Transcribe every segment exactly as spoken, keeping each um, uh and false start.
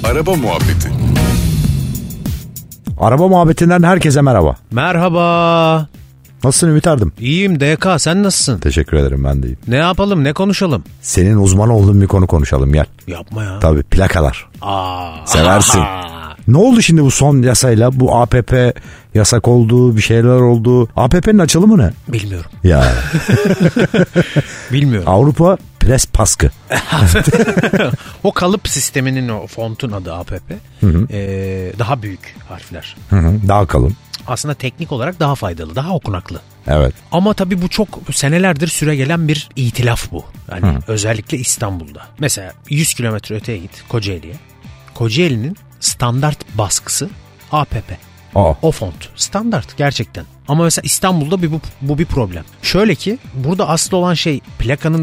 Araba Muhabbeti. Araba muhabbetinden herkese merhaba. Merhaba. Nasılsın Ümit Ardım? İyiyim D K, sen nasılsın? Teşekkür ederim, ben de iyiyim. Ne yapalım, ne konuşalım? Senin uzman olduğun bir konu konuşalım, gel. Yapma ya. Tabii, plakalar. Aa. Seversin. Ne oldu şimdi bu son yasayla? Bu A P P yasak oldu, bir şeyler oldu. A P P'nin açılımı ne? Bilmiyorum. Ya. Bilmiyorum. Avrupa Pres Paskı. O kalıp sisteminin, o fontun adı A P P. Hı hı. Ee, daha büyük harfler. Hı hı, daha kalın. Aslında teknik olarak daha faydalı, daha okunaklı. Evet. Ama tabii bu çok senelerdir süregelen bir itilaf bu. Yani Hı. özellikle İstanbul'da. Mesela yüz kilometre öteye git Kocaeli'ye. Kocaeli'nin standart baskısı A P P. Aa. O font standart gerçekten. Ama mesela İstanbul'da bir, bu, bu bir problem. Şöyle ki burada asıl olan şey plakanın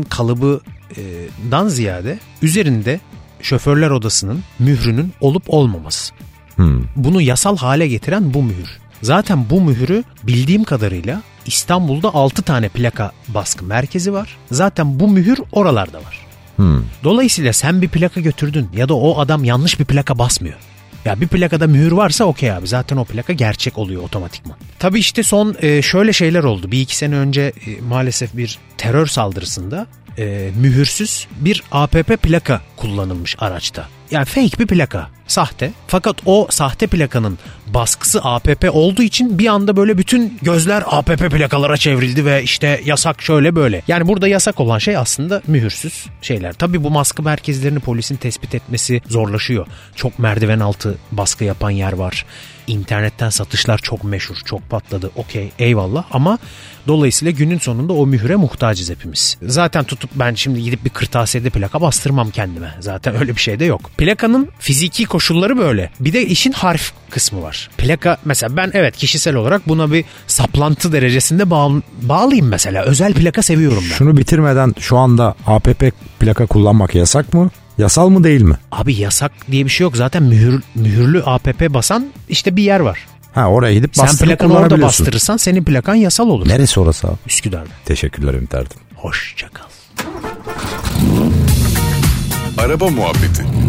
kalıbından ziyade üzerinde şoförler odasının mührünün olup olmaması. Hmm. Bunu yasal hale getiren bu mühür. Zaten bu mühürü bildiğim kadarıyla İstanbul'da altı tane plaka baskı merkezi var. Zaten bu mühür oralarda var. Hmm. Dolayısıyla sen bir plaka götürdün ya da o adam yanlış bir plaka basmıyor. Ya bir plakada mühür varsa okey abi, zaten o plaka gerçek oluyor otomatikman. Tabii işte son e, şöyle şeyler oldu. Bir iki sene önce e, maalesef bir terör saldırısında e, mühürsüz bir A P P plaka kullanılmış araçta. Yani fake bir plaka, sahte. Fakat o sahte plakanın baskısı A P P olduğu için bir anda böyle bütün gözler A P P plakalara çevrildi ve işte yasak şöyle böyle. Yani burada yasak olan şey aslında mühürsüz şeyler. Tabii bu baskı merkezlerini polisin tespit etmesi zorlaşıyor. Çok merdiven altı baskı yapan yer var. İnternetten satışlar çok meşhur, çok patladı. Okey, eyvallah, ama dolayısıyla günün sonunda o mühüre muhtacız hepimiz. Zaten tutup ben şimdi gidip bir kırtasiyede plaka bastırmam kendime. Zaten öyle bir şey de yok. Plakanın fiziki koşulları böyle. Bir de işin harf kısmı var. Plaka mesela ben evet kişisel olarak buna bir saplantı derecesinde bağ, bağlıyım mesela. Özel plaka seviyorum ben. Şunu bitirmeden, şu anda A P P plaka kullanmak yasak mı? Yasal mı değil mi? Abi yasak diye bir şey yok. Zaten mühür, mühürlü A P P basan işte bir yer var. Ha, oraya gidip bastırıp sen plakanı orada kullanabiliyorsun. bastırırsan senin plakan yasal olur. Neresi orası abi? Üsküdar'da. Teşekkürler Ümit Ardım. Hoşça kal. Araba Muhabbeti.